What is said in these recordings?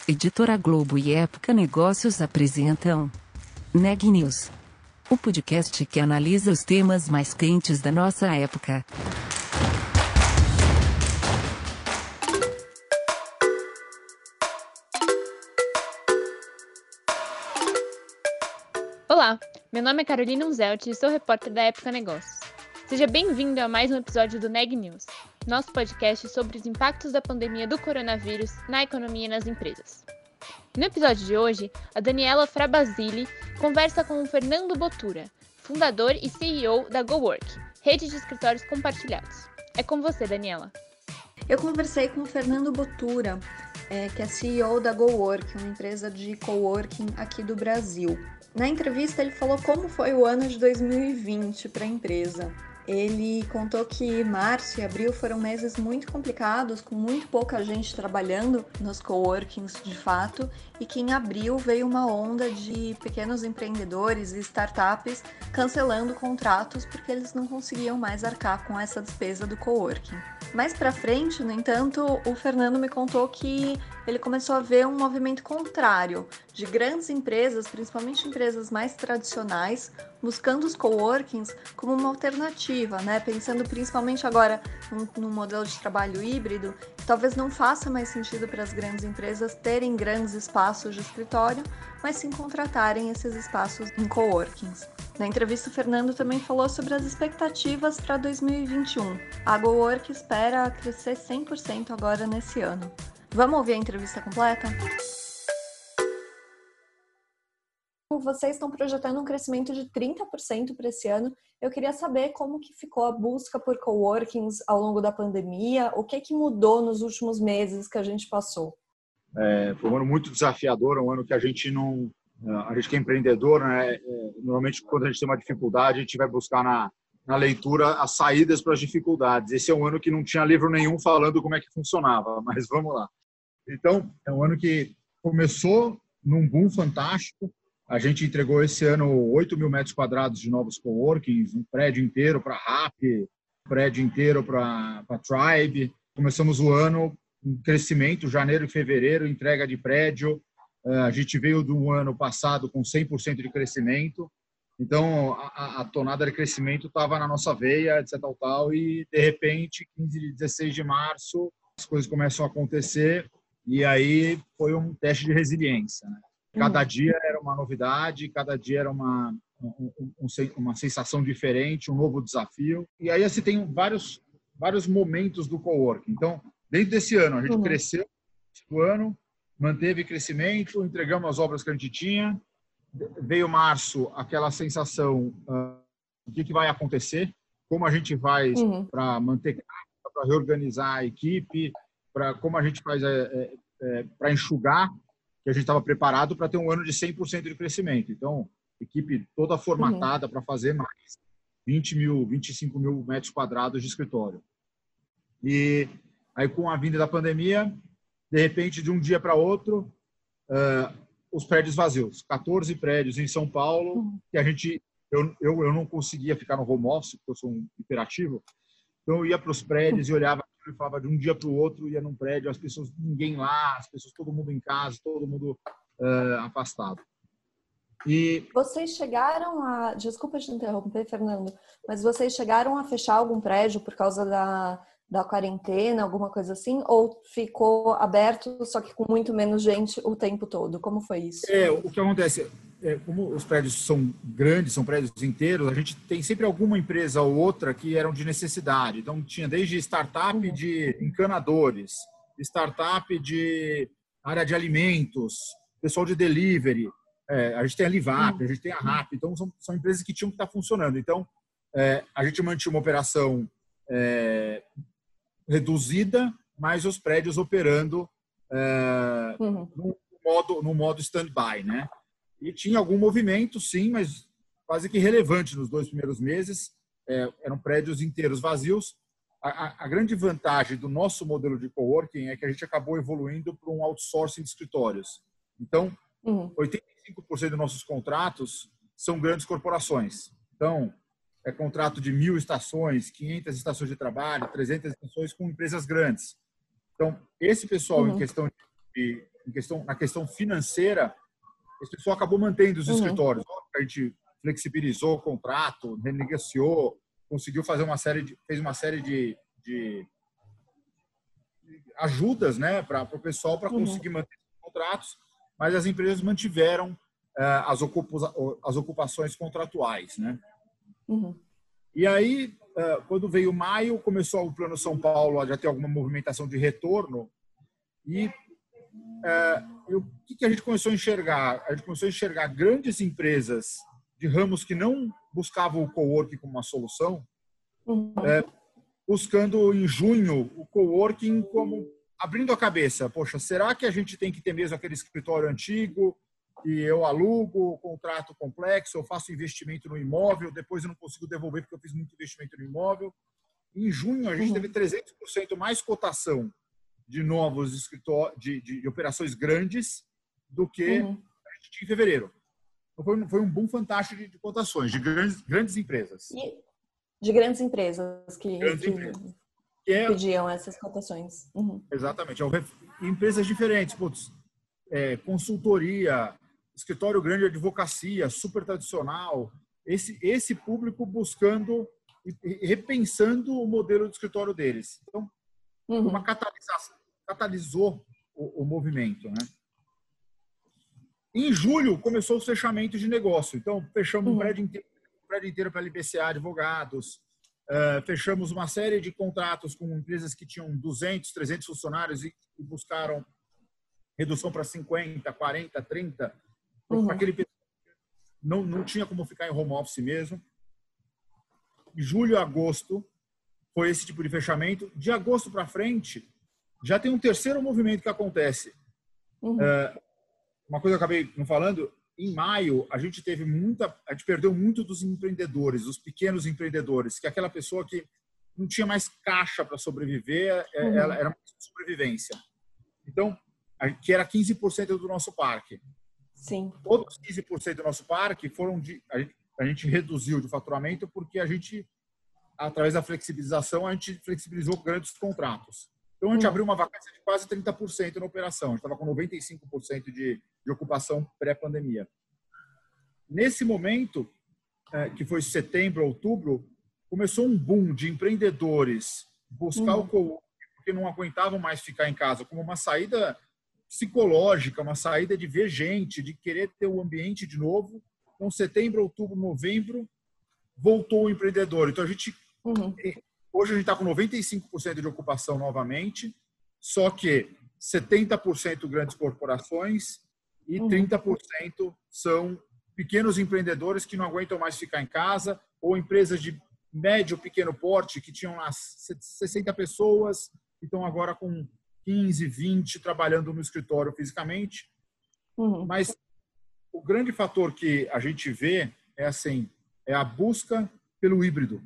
Editora Globo e Época Negócios apresentam Neg News, o podcast que analisa os temas mais quentes da nossa época. Olá, meu nome é Carolina Unzelt e sou repórter da Época Negócios. Seja bem-vindo a mais um episódio do Neg News, nosso podcast sobre os impactos da pandemia do coronavírus na economia e nas empresas. No episódio de hoje, a Daniela Frabasile conversa com o Fernando Botura, fundador e CEO da GoWork, rede de escritórios compartilhados. É com você, Daniela. Eu conversei com o Fernando Botura, que é CEO da GoWork, uma empresa de coworking aqui do Brasil. Na entrevista, ele falou como foi o ano de 2020 para a empresa. Ele contou que março e abril foram meses muito complicados, com muito pouca gente trabalhando nos coworkings de fato, e que em abril veio uma onda de pequenos empreendedores e startups cancelando contratos porque eles não conseguiam mais arcar com essa despesa do coworking. Mais para frente, no entanto, o Fernando me contou que ele começou a ver um movimento contrário de grandes empresas, principalmente empresas mais tradicionais, buscando os coworkings como uma alternativa, né? Pensando principalmente agora num modelo de trabalho híbrido, talvez não faça mais sentido para as grandes empresas terem grandes espaços de escritório, mas sim contratarem esses espaços em coworkings. Na entrevista, o Fernando também falou sobre as expectativas para 2021. A GoWork espera crescer 100% agora nesse ano. Vamos ouvir a entrevista completa? Vocês estão projetando um crescimento de 30% para esse ano. Eu queria saber como que ficou a busca por coworkings ao longo da pandemia, o que mudou nos últimos meses que a gente passou. Foi um ano muito desafiador, um ano que a gente não... A gente que é empreendedor, né, normalmente quando a gente tem uma dificuldade, a gente vai buscar na leitura as saídas para as dificuldades. Esse é um ano que não tinha livro nenhum falando como é que funcionava, mas vamos lá. Então, é um ano que começou num boom fantástico. A gente entregou esse ano 8 mil metros quadrados de novos coworkings, um prédio inteiro para Rappi, um prédio inteiro para Tribe. Começamos o ano em crescimento, janeiro e fevereiro, entrega de prédio. A gente veio do ano passado com 100% de crescimento. Então, a tonada de crescimento estava na nossa veia, etc. E, de repente, 15 e 16 de março, as coisas começam a acontecer e aí foi um teste de resiliência, né? Cada dia era uma novidade, cada dia era uma sensação diferente, um novo desafio. E aí você tem vários momentos do coworking. Então, dentro desse ano, a gente cresceu o ano, manteve crescimento, entregamos as obras que a gente tinha. Veio março, aquela sensação do que vai acontecer, como a gente faz para manter, para reorganizar a equipe, como a gente faz para enxugar, que a gente estava preparado para ter um ano de 100% de crescimento. Então, equipe toda formatada para fazer mais 20 mil, 25 mil metros quadrados de escritório. E aí, com a vinda da pandemia, de repente, de um dia para outro, os prédios vazios. 14 prédios em São Paulo, que eu não conseguia ficar no home office, porque eu sou um hiperativo. Então, eu ia para os prédios e olhava e falava de um dia para o outro, ia num prédio, as pessoas, ninguém lá, as pessoas, todo mundo em casa, todo mundo afastado. E vocês chegaram a... Desculpa te interromper, Fernando, mas vocês chegaram a fechar algum prédio por causa da quarentena, alguma coisa assim? Ou ficou aberto, só que com muito menos gente o tempo todo? Como foi isso? O que acontece, como os prédios são grandes, são prédios inteiros, a gente tem sempre alguma empresa ou outra que eram de necessidade. Então, tinha desde startup de encanadores, startup de área de alimentos, pessoal de delivery. A gente tem a Livap, a gente tem a Rappi. Então, são empresas que tinham que estar funcionando. Então, a gente mantinha uma operação reduzida, mas os prédios operando no modo stand-by, né? E tinha algum movimento, sim, mas quase que relevante nos 2 primeiros meses. Eram prédios inteiros vazios. A grande vantagem do nosso modelo de coworking é que a gente acabou evoluindo para um outsourcing de escritórios. Então, 85% dos nossos contratos são grandes corporações. Então, é contrato de 1.000 estações, 500 estações de trabalho, 300 estações com empresas grandes. Então, esse pessoal em questão de na questão financeira, esse pessoal acabou mantendo os escritórios. A gente flexibilizou o contrato, renegociou, conseguiu fazer fez uma série de ajudas, né, para o pessoal para conseguir manter os contratos, mas as empresas mantiveram as ocupações contratuais, né? E aí, quando veio maio, começou o Plano São Paulo a já ter alguma movimentação de retorno e o que a gente começou a enxergar? A gente começou a enxergar grandes empresas de ramos que não buscavam o coworking como uma solução, buscando em junho o coworking como abrindo a cabeça. Poxa, será que a gente tem que ter mesmo aquele escritório antigo e eu alugo, contrato complexo, eu faço investimento no imóvel, depois eu não consigo devolver porque eu fiz muito investimento no imóvel. Em junho, a gente teve 300% mais cotação de novos escritórios, de operações grandes do que a gente tinha em fevereiro. Então, foi um boom fantástico de cotações, de grandes empresas. De grandes empresas que pediam essas cotações. Exatamente. Empresas diferentes, consultoria, escritório grande de advocacia, super tradicional. Esse público buscando e repensando o modelo do escritório deles. Então, uma catalisou o movimento, né? Em julho, começou os fechamentos de negócio. Então, fechamos um prédio inteiro para a LBCA Advogados, fechamos uma série de contratos com empresas que tinham 200, 300 funcionários e buscaram redução para 50, 40, 30. Para aquele pessoal não tinha como ficar em home office mesmo. De julho a agosto foi esse tipo de fechamento. De agosto para frente, já tem um terceiro movimento que acontece. Uma coisa que eu acabei não falando, em maio, a gente perdeu muito dos empreendedores, dos pequenos empreendedores, que é aquela pessoa que não tinha mais caixa para sobreviver, ela era uma sobrevivência. Então, que era 15% do nosso parque. Sim. Todos os 15% do nosso parque a gente reduziu de faturamento porque através da flexibilização, a gente flexibilizou grandes contratos. Então, a gente abriu uma vacância de quase 30% na operação. A gente estava com 95% de ocupação pré-pandemia. Nesse momento, que foi setembro, outubro, começou um boom de empreendedores buscar o coworking porque não aguentavam mais ficar em casa, como uma saída psicológica, uma saída de ver gente, de querer ter o ambiente de novo. Então, setembro, outubro, novembro, voltou o empreendedor. Então, hoje a gente está com 95% de ocupação novamente, só que 70% grandes corporações e 30% são pequenos empreendedores que não aguentam mais ficar em casa, ou empresas de médio, pequeno porte, que tinham lá 60 pessoas e estão agora com 15, 20 trabalhando no escritório fisicamente. Mas o grande fator que a gente vê é a busca pelo híbrido.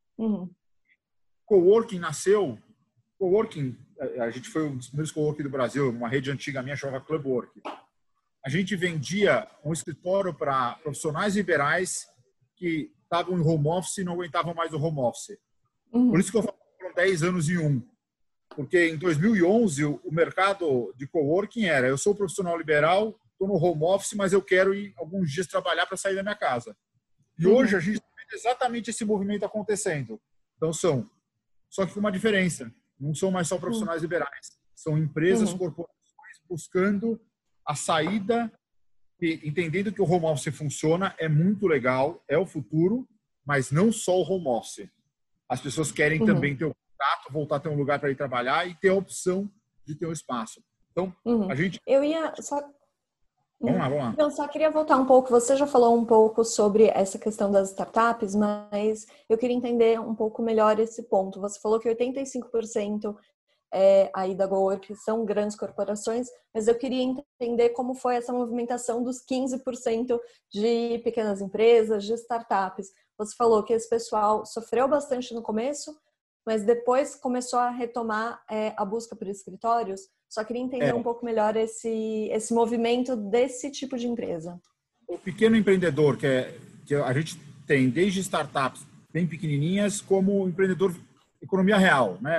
Coworking nasceu. Coworking, a gente foi um dos primeiros coworking do Brasil, uma rede antiga minha chamava Clubwork. A gente vendia um escritório para profissionais liberais que estavam em home office e não aguentavam mais o home office. Por isso que eu falo que foram 10 anos em um. Porque em 2011 o mercado de coworking era: eu sou profissional liberal, estou no home office, mas eu quero ir alguns dias trabalhar para sair da minha casa. E hoje a gente vê exatamente esse movimento acontecendo. Então só que com uma diferença: não são mais só profissionais liberais, são empresas, corporações buscando a saída e entendendo que o home office funciona, é muito legal, é o futuro, mas não só o home office. As pessoas querem também ter o contato, voltar a ter um lugar para ir trabalhar e ter a opção de ter um espaço. Então, a gente... Eu ia só... Vamos lá. Eu só queria voltar um pouco. Você já falou um pouco sobre essa questão das startups, mas eu queria entender um pouco melhor esse ponto. Você falou que 85% aí da GoWork são grandes corporações, mas eu queria entender como foi essa movimentação dos 15% de pequenas empresas, de startups. Você falou que esse pessoal sofreu bastante no começo, mas depois começou a retomar a busca por escritórios. Só queria entender um pouco melhor esse movimento desse tipo de empresa. O pequeno empreendedor, que a gente tem desde startups bem pequenininhas, como empreendedor economia real, né?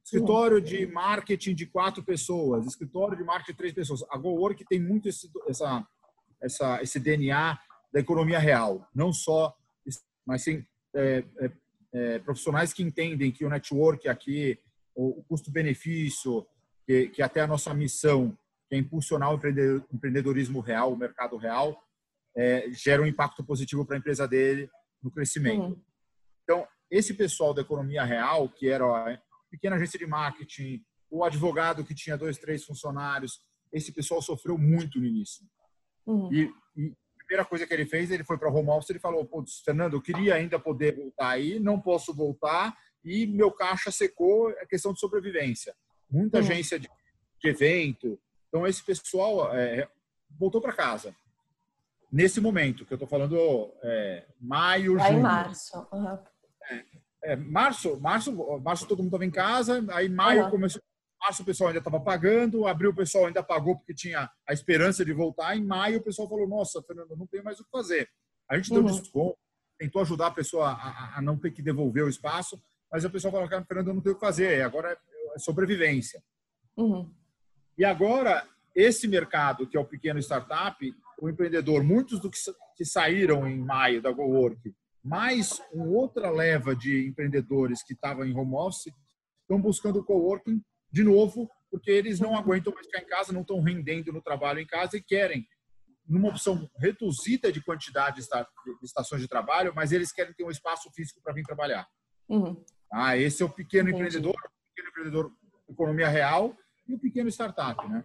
escritório de marketing de 4 pessoas, escritório de marketing de 3 pessoas. A GoWork tem muito esse DNA da economia real, não só, mas sim profissionais que entendem que o network aqui, o custo-benefício, que até a nossa missão, que é impulsionar o empreendedorismo real, o mercado real, gera um impacto positivo para a empresa dele no crescimento. Então, esse pessoal da economia real, que era a pequena agência de marketing, o advogado que tinha 2, 3 funcionários, esse pessoal sofreu muito no início. E a primeira coisa que ele fez, ele foi para o home office, ele falou, Fernando, eu queria ainda poder voltar aí, não posso voltar, e meu caixa secou, é questão de sobrevivência. Muita agência de evento. Então, esse pessoal voltou para casa. Nesse momento, que eu estou falando, maio, junho. Aí, março. Março todo mundo estava em casa, aí maio começou. Março o pessoal ainda estava pagando, abril o pessoal ainda pagou porque tinha a esperança de voltar, em maio o pessoal falou, nossa, Fernando, não tenho mais o que fazer. A gente deu desconto, tentou ajudar a pessoa a não ter que devolver o espaço, mas o pessoal falou, Fernando, eu não tenho o que fazer, agora é sobrevivência. E agora, esse mercado, que é o pequeno startup, o empreendedor, muitos do que saíram em maio da GoWork, mais uma outra leva de empreendedores que estavam em home office, estão buscando o coworking de novo, porque eles não aguentam mais ficar em casa, não estão rendendo no trabalho em casa e querem, numa opção reduzida de quantidade de estações de trabalho, mas eles querem ter um espaço físico para vir trabalhar. Esse é o pequeno empreendedor economia real e o pequeno startup, né?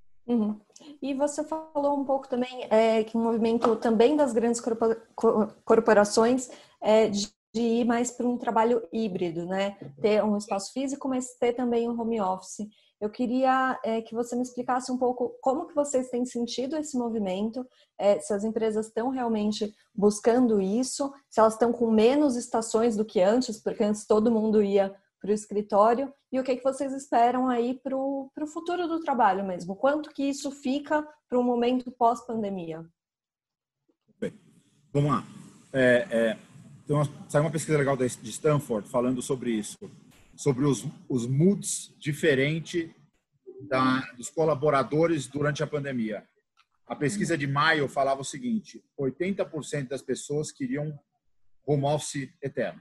E você falou um pouco também que o movimento também das grandes corporações é de ir mais para um trabalho híbrido, né? Ter um espaço físico, mas ter também um home office. Eu queria que você me explicasse um pouco como que vocês têm sentido esse movimento, se as empresas estão realmente buscando isso, se elas estão com menos estações do que antes, porque antes todo mundo ia para o escritório, e o que vocês esperam aí para o futuro do trabalho mesmo? Quanto que isso fica para o momento pós-pandemia? Bem, vamos lá. Saiu uma pesquisa legal de Stanford falando sobre isso, sobre os moods diferentes dos colaboradores durante a pandemia. A pesquisa de maio falava o seguinte, 80% das pessoas queriam home office eterno.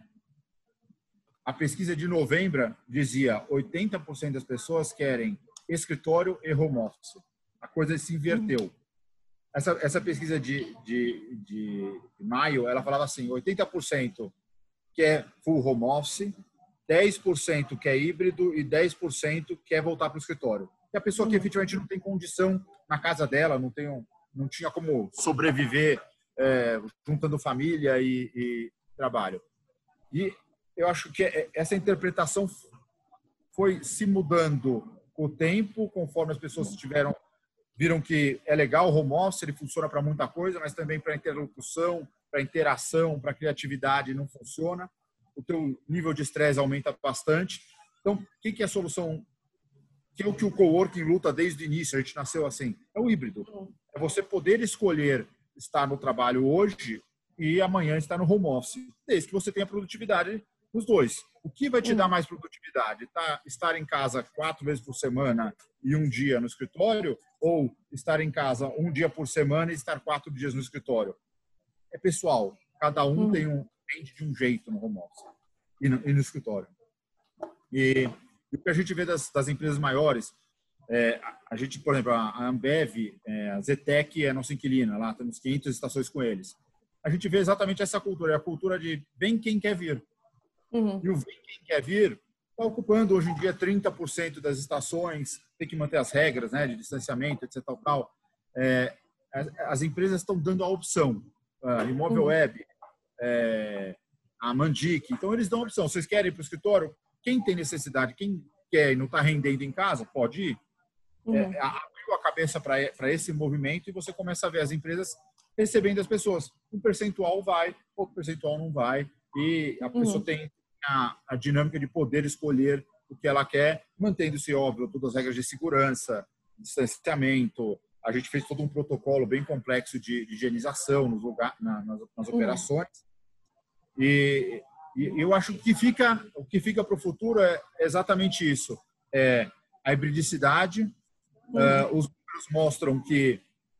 A pesquisa de novembro dizia 80% das pessoas querem escritório e home office. A coisa se inverteu. Essa pesquisa de maio, ela falava assim, 80% quer full home office, 10% quer híbrido e 10% quer voltar para o escritório. E a pessoa que efetivamente não tem condição na casa dela, não tinha como sobreviver juntando família e trabalho. E eu acho que essa interpretação foi se mudando com o tempo, conforme as pessoas viram que é legal o home office, ele funciona para muita coisa, mas também para interlocução, para interação, para criatividade não funciona. O teu nível de estresse aumenta bastante. Então, o que é a solução? Que é o que o coworking luta desde o início, a gente nasceu assim, é o híbrido. É você poder escolher estar no trabalho hoje e amanhã estar no home office, desde que você tenha produtividade nos dois. O que vai te dar mais produtividade? Estar em casa 4 vezes por semana e um dia no escritório, ou estar em casa um dia por semana e estar 4 dias no escritório? É pessoal. Cada um depende de um jeito no home office e no escritório. E o que a gente vê das empresas maiores, a gente, por exemplo, a Ambev, a Zetec é nossa inquilina, lá temos 500 estações com eles. A gente vê exatamente essa cultura, a cultura de vem quem quer vir. E o vem quem quer vir está ocupando hoje em dia 30% das estações, tem que manter as regras, né, de distanciamento, etc. As empresas estão dando a opção. A Imóvel Web, a Mandic, então eles dão a opção. Vocês querem ir para o escritório? Quem tem necessidade, quem quer e não está rendendo em casa, pode ir. Abriu a cabeça para esse movimento e você começa a ver as empresas recebendo as pessoas. Um percentual vai, outro percentual não vai. E a pessoa tem a dinâmica de poder escolher o que ela quer, mantendo-se, óbvio, todas as regras de segurança, distanciamento. A gente fez todo um protocolo bem complexo de higienização nas operações. E E eu acho que o que fica para o futuro é exatamente isso. É a hibridicidade. Os números mostram que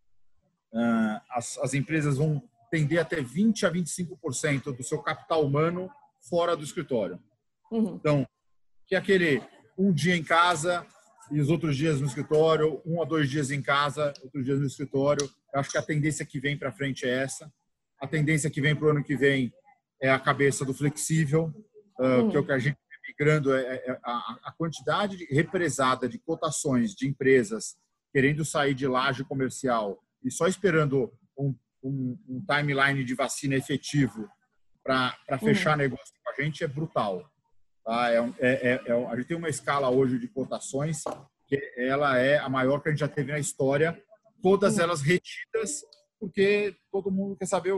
as empresas vão tender a ter 20% a 25% do seu capital humano fora do escritório. Então, que é aquele um dia em casa e os outros dias no escritório, 1 a 2 dias em casa, outros dias no escritório. Eu acho que a tendência que vem para frente é essa. A tendência que vem para o ano que vem é a cabeça do flexível, que é o que a gente está migrando, a quantidade represada de cotações de empresas querendo sair de laje comercial e só esperando um timeline de vacina efetivo para fechar negócio com a gente é brutal. Tá? A gente tem uma escala hoje de cotações que ela é a maior que a gente já teve na história, todas elas retidas, porque todo mundo quer saber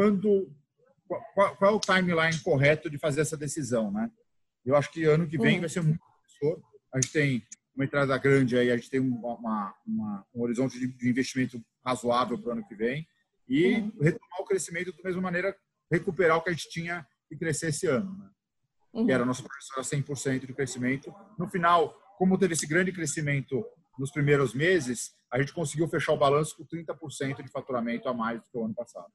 qual é o timeline correto de fazer essa decisão, né? Eu acho que ano que vem vai ser muito promissor. A gente tem uma entrada grande aí, a gente tem um horizonte de investimento razoável para o ano que vem e retomar o crescimento da mesma maneira, recuperar o que a gente tinha e crescer esse ano, né? Que era a nossa projeção, era 100% de crescimento. No final, como teve esse grande crescimento nos primeiros meses, a gente conseguiu fechar o balanço com 30% de faturamento a mais do que o ano passado.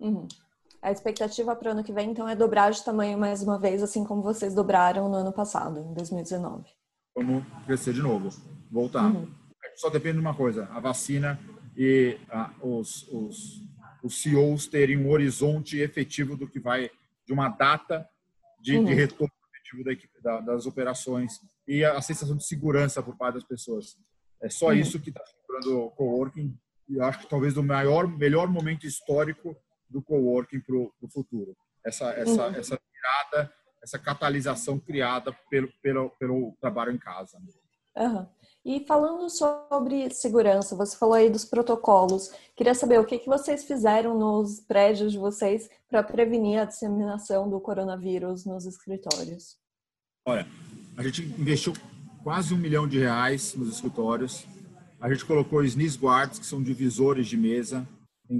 A expectativa para o ano que vem, então, é dobrar de tamanho mais uma vez, assim como vocês dobraram no ano passado, em 2019. Vamos crescer de novo, voltar. Só depende de uma coisa, a vacina e os CEOs terem um horizonte efetivo do que vai, de uma data de retorno efetivo da equipe, das operações e a sensação de segurança por parte das pessoas. É só isso que está segurando o coworking e acho que talvez o melhor momento histórico do coworking para o futuro. Essa virada, essa catalisação criada pelo trabalho em casa. E falando sobre segurança, você falou aí dos protocolos. Queria saber o que vocês fizeram nos prédios de vocês para prevenir a disseminação do coronavírus nos escritórios. Olha, a gente investiu quase R$1 milhão nos escritórios. A gente colocou sneeze guards, que são divisores de mesa,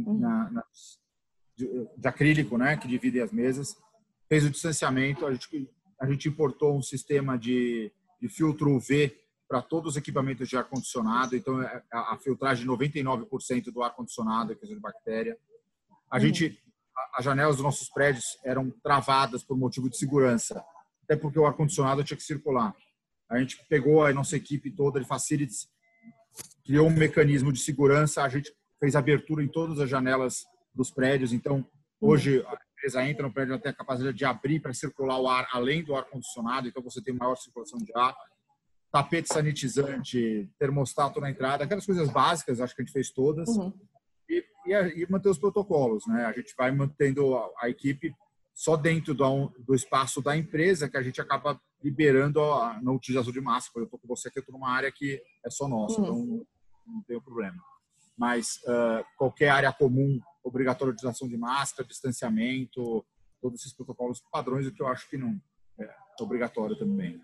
de acrílico, né, que dividem as mesas. Fez o distanciamento. A gente importou um sistema de filtro UV para todos os equipamentos de ar-condicionado. Então, a filtragem de 99% do ar-condicionado é questão de bactéria. As janelas dos nossos prédios eram travadas por motivo de segurança, até porque o ar-condicionado tinha que circular. A gente pegou a nossa equipe toda de facilities, criou um mecanismo de segurança, a gente fez abertura em todas as janelas dos prédios. Então, hoje, a empresa entra no prédio, ela tem a capacidade de abrir para circular o ar além do ar-condicionado, então você tem maior circulação de ar. Tapete sanitizante, termostato na entrada, aquelas coisas básicas, acho que a gente fez todas. E manter os protocolos, né? A gente vai mantendo a equipe só dentro do espaço da empresa, que a gente acaba liberando a não utilização de máscara. Eu estou com você aqui, eu estou numa área que é só nossa, então não tem problema. Mas qualquer área comum, obrigatória utilização de máscara, distanciamento, todos esses protocolos padrões, o que eu acho que não é obrigatório também.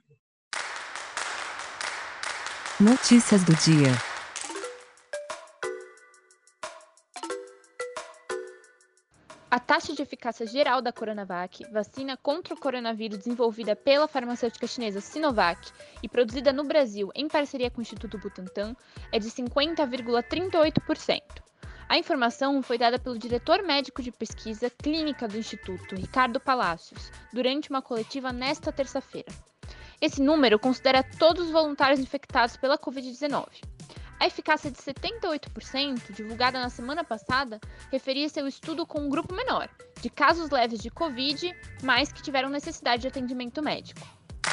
Notícias do dia. A taxa de eficácia geral da Coronavac, vacina contra o coronavírus desenvolvida pela farmacêutica chinesa Sinovac e produzida no Brasil em parceria com o Instituto Butantan, é de 50,38%. A informação foi dada pelo diretor médico de pesquisa clínica do Instituto, Ricardo Palacios, durante uma coletiva nesta terça-feira. Esse número considera todos os voluntários infectados pela Covid-19. A eficácia de 78%, divulgada na semana passada, referia-se ao estudo com um grupo menor, de casos leves de Covid, mas que tiveram necessidade de atendimento médico.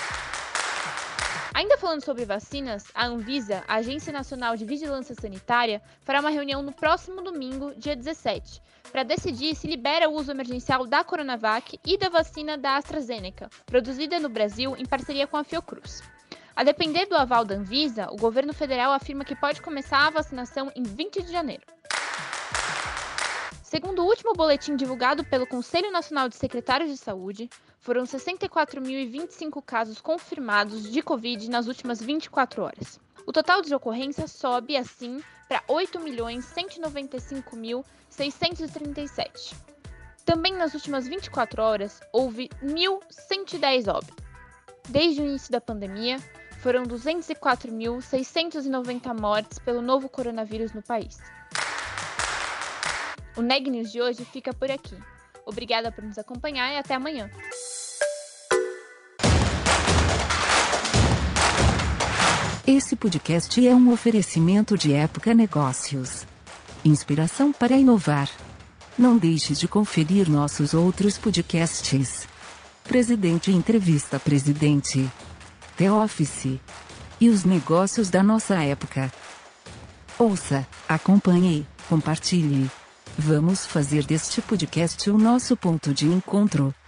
Ainda falando sobre vacinas, a Anvisa, a Agência Nacional de Vigilância Sanitária, fará uma reunião no próximo domingo, dia 17, para decidir se libera o uso emergencial da Coronavac e da vacina da AstraZeneca, produzida no Brasil em parceria com a Fiocruz. A depender do aval da Anvisa, o governo federal afirma que pode começar a vacinação em 20 de janeiro. Segundo o último boletim divulgado pelo Conselho Nacional de Secretários de Saúde, foram 64.025 casos confirmados de Covid nas últimas 24 horas. O total de ocorrências sobe, assim, para 8.195.637. Também nas últimas 24 horas, houve 1.110 óbitos. Desde o início da pandemia, foram 204.690 mortes pelo novo coronavírus no país. O Neg News de hoje fica por aqui. Obrigada por nos acompanhar e até amanhã. Esse podcast é um oferecimento de Época Negócios. Inspiração para inovar. Não deixe de conferir nossos outros podcasts. Presidente Entrevista Presidente. The Office. E os negócios da nossa época. Ouça, acompanhe, compartilhe. Vamos fazer deste podcast o nosso ponto de encontro.